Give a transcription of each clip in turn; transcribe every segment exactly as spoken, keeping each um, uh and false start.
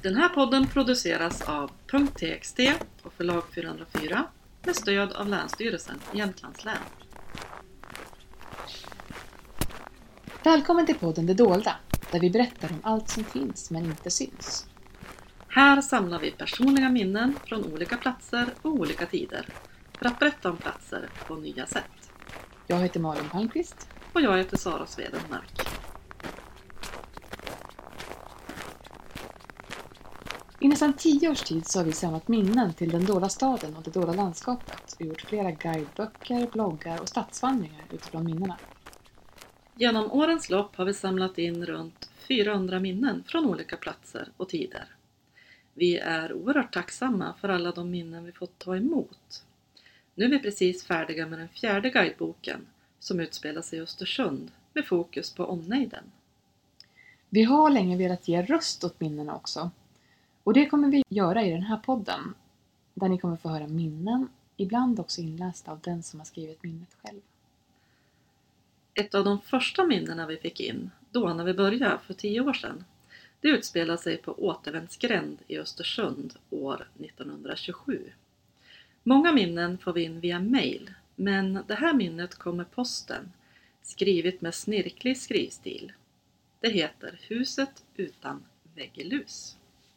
Den här podden produceras av .txt och förlag fyrahundrafyra med stöd av Länsstyrelsen i Jämtlands län. Välkommen till podden Det dolda, där vi berättar om allt som finns men inte syns. Här samlar vi personliga minnen från olika platser och olika tider för att berätta om platser på nya sätt. Jag heter Malin Palmqvist. Och jag heter Sara Svedenmark. I nästan tio års tid så har vi samlat minnen till den dolda staden och det dolda landskapet och gjort flera guideböcker, bloggar och stadsvandringar utifrån minnena. Genom årens lopp har vi samlat in runt fyrahundra minnen från olika platser och tider. Vi är oerhört tacksamma för alla de minnen vi fått ta emot. Nu är vi precis färdiga med den fjärde guideboken som utspelar sig i Östersund med fokus på omnejden. Vi har länge velat ge röst åt minnena också. Och det kommer vi göra i den här podden, där ni kommer få höra minnen, ibland också inlästa av den som har skrivit minnet själv. Ett av de första minnena vi fick in, då när vi började för tio år sedan, det utspelar sig på Återvändsgränd i Östersund år nittonhundratjugosju. Många minnen får vi in via mail, men det här minnet kom med posten, skrivet med snirklig skrivstil. Det heter Huset utan väggelus.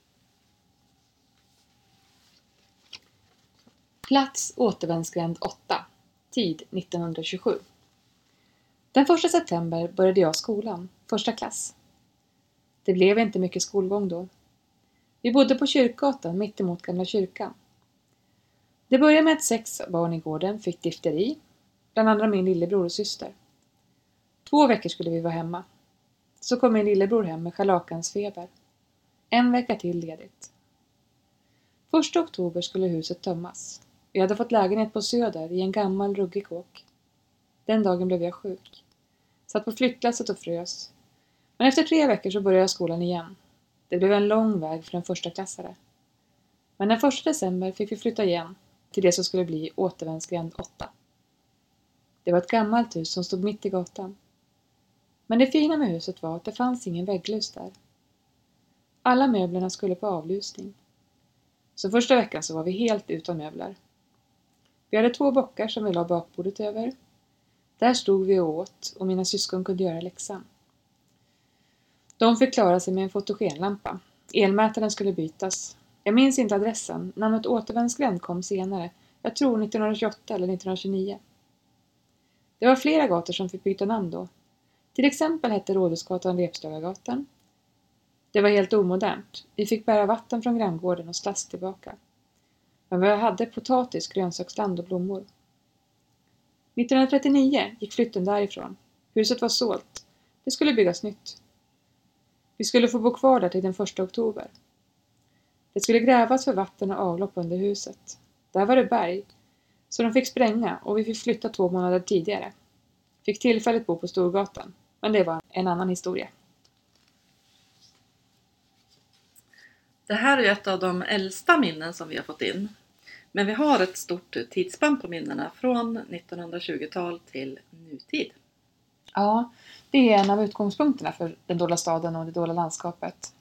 Plats Återvändsgränd åtta. Tid nittonhundratjugosju. Den första september började jag skolan, första klass. Det blev inte mycket skolgång då. Vi bodde på Kyrkgatan mitt emot gamla kyrkan. Det började med att sex barn i gården fick difteri, bland andra min lillebror och syster. Två veckor skulle vi vara hemma. Så kom min lillebror hem med scharlakansfeber. En vecka till ledigt. Första oktober skulle huset tömmas. Vi hade fått lägenhet på Söder i en gammal ruggig kåk. Den dagen blev jag sjuk. Satt på flyttlasset och frös. Men efter tre veckor så började jag skolan igen. Det blev en lång väg för en första klassare. Men den första december fick vi flytta igen till det som skulle bli Återvändsgränd åtta. Det var ett gammalt hus som stod mitt i gatan. Men det fina med huset var att det fanns ingen vägglus där. Alla möblerna skulle på avlusning. Så första veckan så var vi helt utan möbler. Vi hade två bockar som vi la bakbordet över. Där stod vi och åt och mina syskon kunde göra läxan. De fick klara sig med en fotogenlampa. Elmätaren skulle bytas. Jag minns inte adressen. Namnet Återvändsgränd kom senare. Jag tror nittonhundratjugoåtta eller nittonhundratjugonio. Det var flera gator som fick byta namn då. Till exempel hette Rådhusgatan Repslagagatan. Det var helt omodernt. Vi fick bära vatten från granngården och slask tillbaka. Men vi hade potatis, grönsaksland och blommor. nittonhundratrettionio gick flytten därifrån. Huset var sålt. Det skulle byggas nytt. Vi skulle få bo kvar där till den första oktober. Det skulle grävas för vatten och avlopp under huset. Där var det berg. Så de fick spränga och vi fick flytta två månader tidigare. Fick tillfälligt bo på Storgatan. Men det var en annan historia. Det här är ett av de äldsta minnen som vi har fått in. Men vi har ett stort tidsspann på minnena från nittonhundratjugotal till nutid. Ja, det är en av utgångspunkterna för den dolda staden och det dolda landskapet.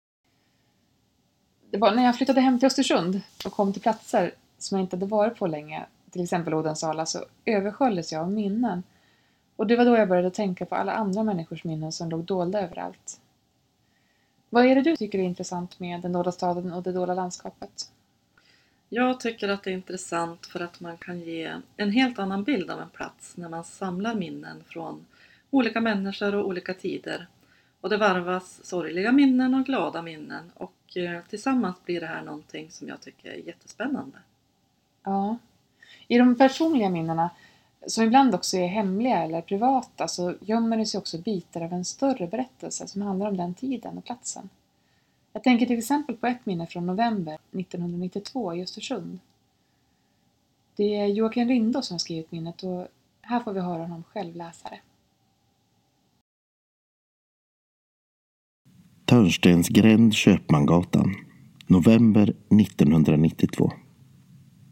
Det var när jag flyttade hem till Östersund och kom till platser som jag inte hade varit på länge, till exempel Odensala, så översköljdes jag av minnen. Och det var då jag började tänka på alla andra människors minnen som låg dolda överallt. Vad är det du tycker är intressant med den dolda staden och det dolda landskapet? Jag tycker att det är intressant för att man kan ge en helt annan bild av en plats när man samlar minnen från olika människor och olika tider. Och det varvas sorgliga minnen och glada minnen och tillsammans blir det här någonting som jag tycker är jättespännande. Ja, i de personliga minnena som ibland också är hemliga eller privata så gömmer det sig också bitar av en större berättelse som handlar om den tiden och platsen. Jag tänker till exempel på ett minne från november nittonhundranittiotvå i Östersund. Det är Joakim Rindå som har skrivit minnet och här får vi höra honom själv läsa det. Törnstensgränd, Köpmangatan, november nittonhundranittiotvå.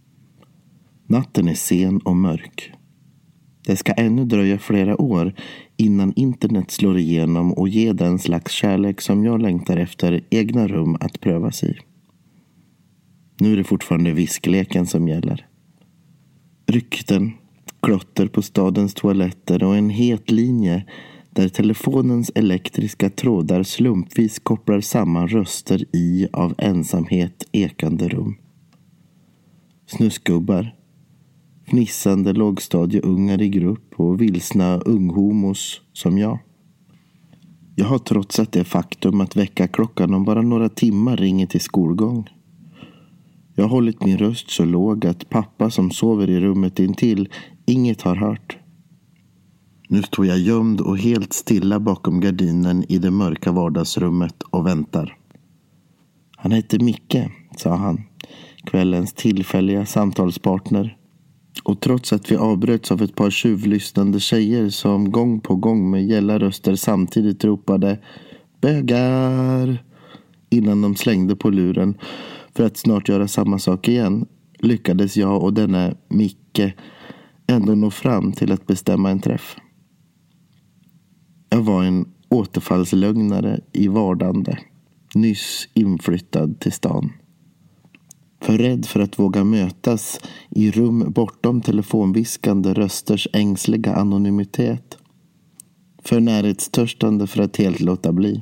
Natten är sen och mörk. Det ska ännu dröja flera år innan internet slår igenom och ger den slags kärlek som jag längtar efter egna rum att prövas i. Nu är det fortfarande viskleken som gäller. Rykten, klotter på stadens toaletter och en het linje där telefonens elektriska trådar slumpvis kopplar samman röster i av ensamhet ekande rum. Snusgubbar, fnissande lågstadieungar i grupp och vilsna unghomos som jag. Jag har trotsat det faktum att väckarklockan om bara några timmar ringer till skolgång. Jag har hållit min röst så låg att pappa som sover i rummet intill inget har hört. Nu står jag gömd och helt stilla bakom gardinen i det mörka vardagsrummet och väntar. Han heter Micke, sa han, kvällens tillfälliga samtalspartner. Och trots att vi avbröts av ett par tjuvlyssnande tjejer som gång på gång med gälla röster samtidigt ropade bögar innan de slängde på luren för att snart göra samma sak igen, lyckades jag och denna Micke ändå nå fram till att bestämma en träff. Jag var en återfallslögnare i vardande, nyss inflyttad till stan. För rädd för att våga mötas i rum bortom telefonviskande rösters ängsliga anonymitet. För närhetstörstande för att helt låta bli.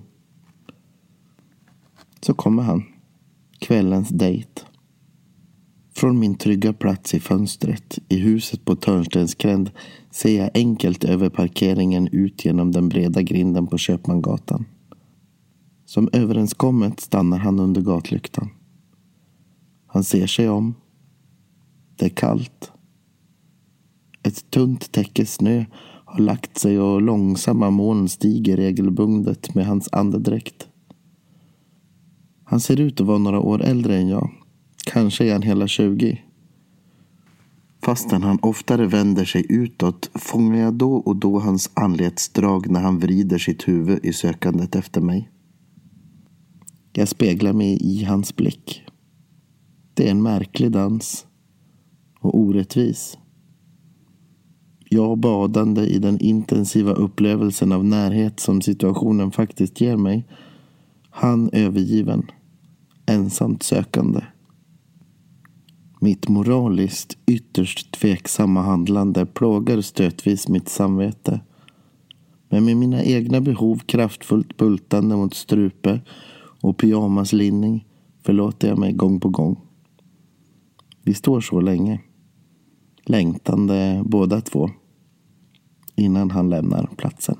Så kommer han, kvällens dejt. Från min trygga plats i fönstret i huset på Törnstensgränd ser jag enkelt över parkeringen ut genom den breda grinden på Köpmangatan. Som överenskommet stannar han under gatlyktan. Han ser sig om. Det är kallt. Ett tunt täcke snö har lagt sig och långsamma moln stiger regelbundet med hans andedräkt. Han ser ut att vara några år äldre än jag. Kanske är han hela tjugo. Fastän han oftare vänder sig utåt fångar jag då och då hans anletsdrag när han vrider sitt huvud i sökandet efter mig. Jag speglar mig i hans blick. Det är en märklig dans och orättvis. Jag badande i den intensiva upplevelsen av närhet som situationen faktiskt ger mig. Han övergiven, ensamt sökande. Mitt moraliskt ytterst tveksamma handlande plågar stötvis mitt samvete. Men med mina egna behov kraftfullt bultande mot strupe och pyjamaslinning förlåter jag mig gång på gång. Vi står så länge, längtande båda två, innan han lämnar platsen.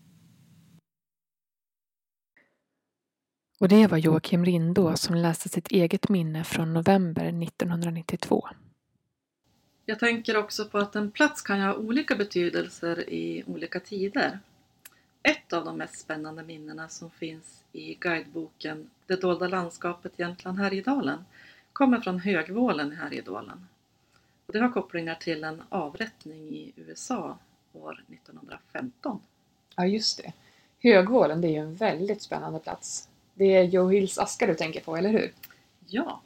Och det var Joakim Rindå som läste sitt eget minne från november nittonhundranittiotvå. Jag tänker också på att en plats kan ha olika betydelser i olika tider. Ett av de mest spännande minnena som finns i guideboken Det dolda landskapet Jämtland-Härjedalen kommer från Högvålen i Härjedalen. Och det har kopplingar till en avrättning i U S A år nittonhundrafemton. Ja, just det. Högvålen, det är ju en väldigt spännande plats. Det är Joe Hills aska du tänker på, eller hur? Ja.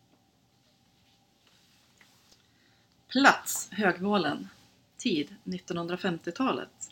Plats Högvålen. Tid nittonhundrafemtiotalet.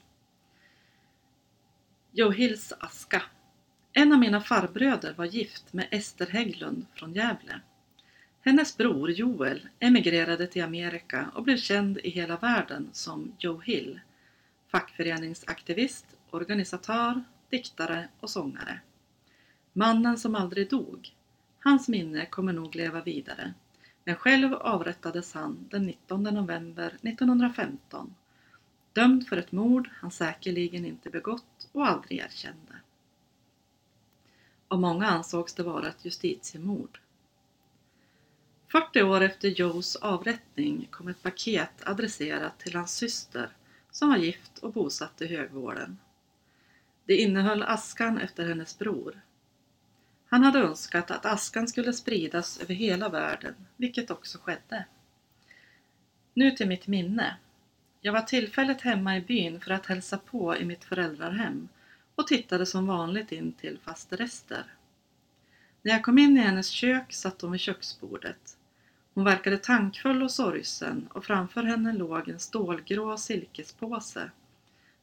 Joe Hills aska. En av mina farbröder var gift med Ester Hägglund från Gävle. Hennes bror Joel emigrerade till Amerika och blev känd i hela världen som Joe Hill, fackföreningsaktivist, organisatör, diktare och sångare. Mannen som aldrig dog. Hans minne kommer nog leva vidare. Men själv avrättades han den nittonde november nittonhundrafemton. Dömd för ett mord han säkerligen inte begått och aldrig erkände. Och många ansågs det vara ett justitiemord. fyrtio år efter Joes avrättning kom ett paket adresserat till hans syster som var gift och bosatt i Högvålen. Det innehöll askan efter hennes bror. Han hade önskat att askan skulle spridas över hela världen, vilket också skedde. Nu till mitt minne. Jag var tillfälligt hemma i byn för att hälsa på i mitt föräldrarhem och tittade som vanligt in till faster Ester. När jag kom in i hennes kök satt hon vid köksbordet. Hon verkade tankfull och sorgsen och framför henne låg en stålgrå silkespåse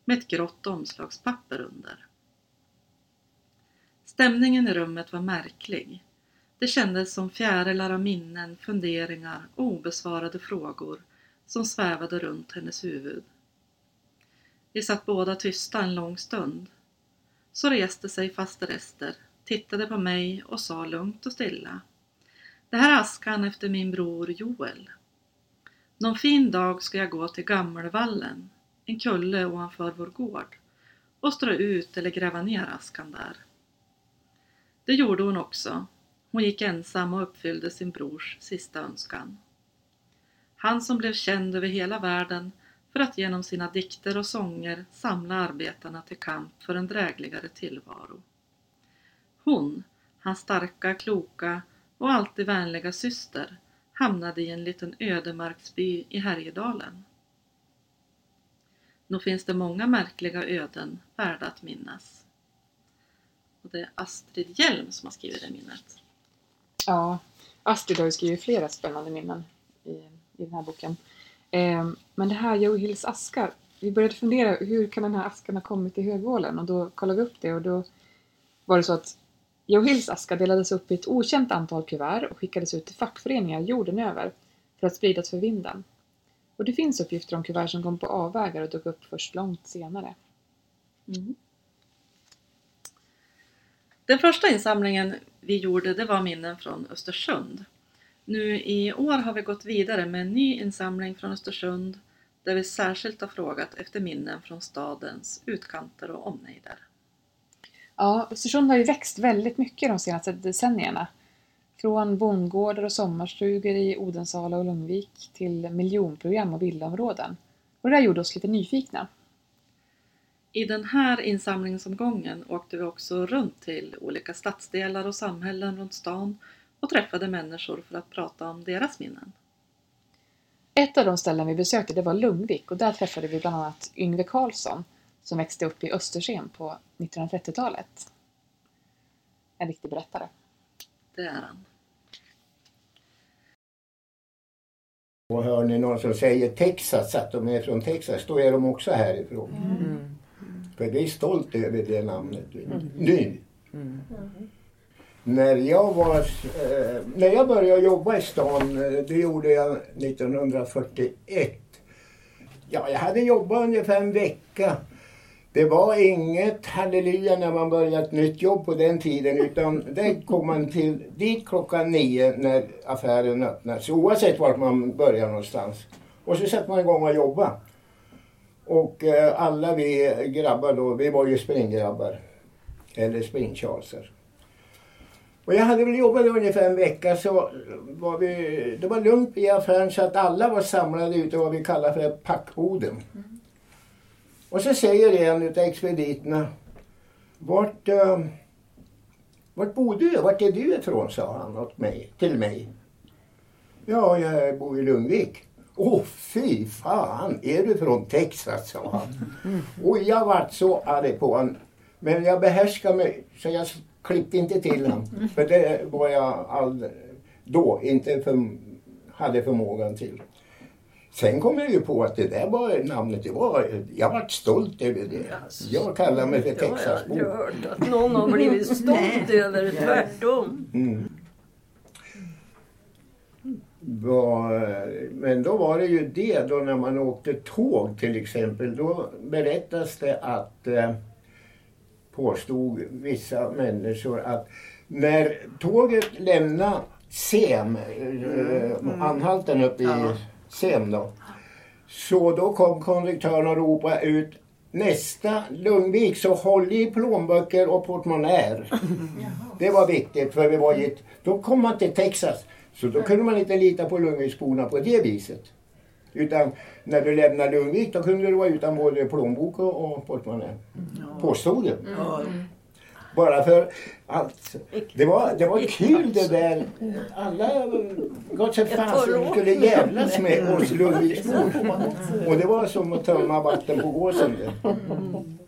med ett grått omslagspapper under. Stämningen i rummet var märklig. Det kändes som fjärilar av minnen, funderingar och obesvarade frågor som svävade runt hennes huvud. Vi satt båda tysta en lång stund. Så reste sig faster Ester, tittade på mig och sa lugnt och stilla: "Det här är askan efter min bror Joel. Någon fin dag ska jag gå till Gammelvallen, en kulle ovanför vår gård, och strö ut eller gräva ner askan där." Det gjorde hon också. Hon gick ensam och uppfyllde sin brors sista önskan. Han som blev känd över hela världen för att genom sina dikter och sånger samla arbetarna till kamp för en drägligare tillvaro. Hon, hans starka, kloka och alltid vänliga syster, hamnade i en liten ödemarksby i Härjedalen. Nog finns det många märkliga öden värda att minnas. Och det är Astrid Hjelm som har skrivit det minnet. Ja, Astrid har ju skrivit flera spännande minnen i, i den här boken. Eh, men det här Johills askar, vi började fundera hur kan den här askan ha kommit till Högvålen, och då kollade vi upp det och då var det så att Johills aska delades upp i ett okänt antal kuvert och skickades ut till fackföreningar jorden över för att spridas för vinden. Och det finns uppgifter om kuvert som kom på avvägar och dök upp först långt senare. Mm. Den första insamlingen vi gjorde, det var minnen från Östersund. Nu i år har vi gått vidare med en ny insamling från Östersund där vi särskilt har frågat efter minnen från stadens utkanter och omnejder. Ja, Östersund har ju växt väldigt mycket de senaste decennierna. Från bondgårdar och sommarstugor i Odensala och Lundvik till miljonprogram och villaområden. Och det där gjorde oss lite nyfikna. I den här insamlingsomgången åkte vi också runt till olika stadsdelar och samhällen runt stan och träffade människor för att prata om deras minnen. Ett av de ställen vi besökte, det var Lundvik, och där träffade vi bland annat Yngve Karlsson som växte upp i Östersund på nittonhundratrettiotalet. En riktig berättare. Det är han. Och hör ni någon som säger Texas, att de är från Texas, då är de också härifrån. Mm. För vi är stolt över det namnet mm. nu. Mm. När jag var eh, när jag började jobba i stan, det gjorde jag nittonhundrafyrtioett. Ja, jag hade jobbat ungefär en vecka. Det var inget halleluja när man började ett nytt jobb på den tiden, utan det kom man till dit klockan nio när affären öppnades, oavsett vart man börjar någonstans. Och så satt man igång och jobba. Och eh, alla vi grabbar då, vi var ju springgrabbar. Eller springcharser. Och jag hade väl jobbat ungefär en vecka, så var vi, det var lugnt i affären så att alla var samlade ute vad vi kallar för packboden. Mm. Och så säger en av expediterna: Vart, uh, vart bor du? Vart är du ifrån? Sa han åt mig, till mig. Ja, jag bor i Lundvik. Åh, fy fan, är du från Texas? Sa han. Mm. Och jag var så arg på honom. Men jag behärskade mig, så jag klippte inte till honom. För det var jag all, då inte för, hade förmågan till. Sen kom jag ju på att det där var namnet, det var, jag var stolt över det. Jag kallar mig för Texasbo. Jag har hört att någon har blivit stolt över det, tvärtom. Mm. Men då var det ju det, då när man åkte tåg till exempel, då berättas det att eh, påstod vissa människor att när tåget lämnade Sem, eh, anhalten upp i ja. Sem då, så då kom konduktören och ropade ut: nästa Lundvik, så håll i plånböcker och portmonnär. Det var viktigt, för vi var ju, då kom man till Texas, så då kunde man inte lita på Lundviksborna på det viset. Utan när du lämnade Lundvik, då kunde du vara utan både plånbok och portmonnär. Ja. Påstod det. Ja. Bara för allt. Det var, det var kul det där. Alla gott sig fan som skulle jävlas med oss Lundviksbor. Och det var som att tömma vatten på gåsen. Mm.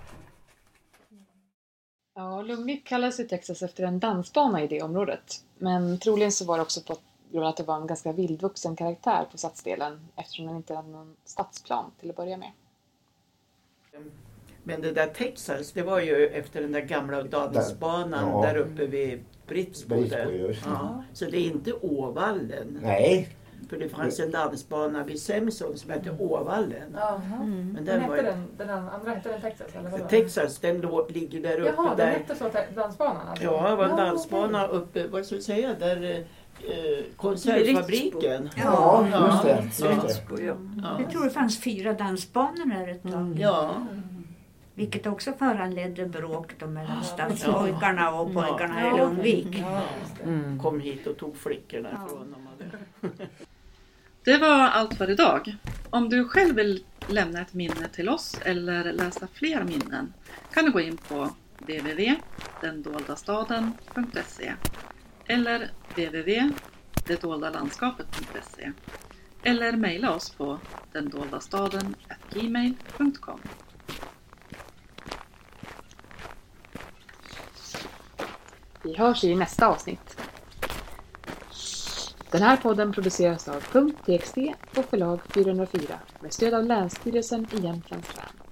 Ja, Lundvik kallades i Texas efter en dansbana i det området. Men troligen så var det också på grund av att det var en ganska vildvuxen karaktär på stadsdelen, eftersom den inte hade någon stadsplan till att börja med. Men det där Texas, det var ju efter den där gamla dansbanan ja. där uppe vid Britsbo. Britsbo, just det. Ja. Så det är inte Åvallen. Nej. För det fanns en dansbana vid Semson som hette Åvallen. Jaha. Men Den den hette var ju... den, den andra hette den Texas? Eller vad? Texas, den då ligger där uppe. Jaha, den där... hette så, dansbanan alltså? Ja, det var en Ja, dansbana okej. uppe, vad ska jag säga, där eh, konservfabriken. Ja, Ja. just det. Just det. Britsbo, ja. Ja. Jag tror det fanns fyra dansbanor här ett tag. Ja. Vilket också föranledde bråk då mellan stadspojkarna och pojkarna i Lundvik. Ja, just det. Kom hit och tog flickorna Ja. från dem. Det var allt för idag. Om du själv vill lämna ett minne till oss eller läsa fler minnen kan du gå in på w w w punkt den dolda staden punkt se eller w w w punkt det dolda landskapet punkt se eller mejla oss på dendoldastaden at gmail punkt com. Vi hörs i nästa avsnitt. Den här podden produceras av .txt och förlag fyrahundrafyra med stöd av Länsstyrelsen i Jämtlands län.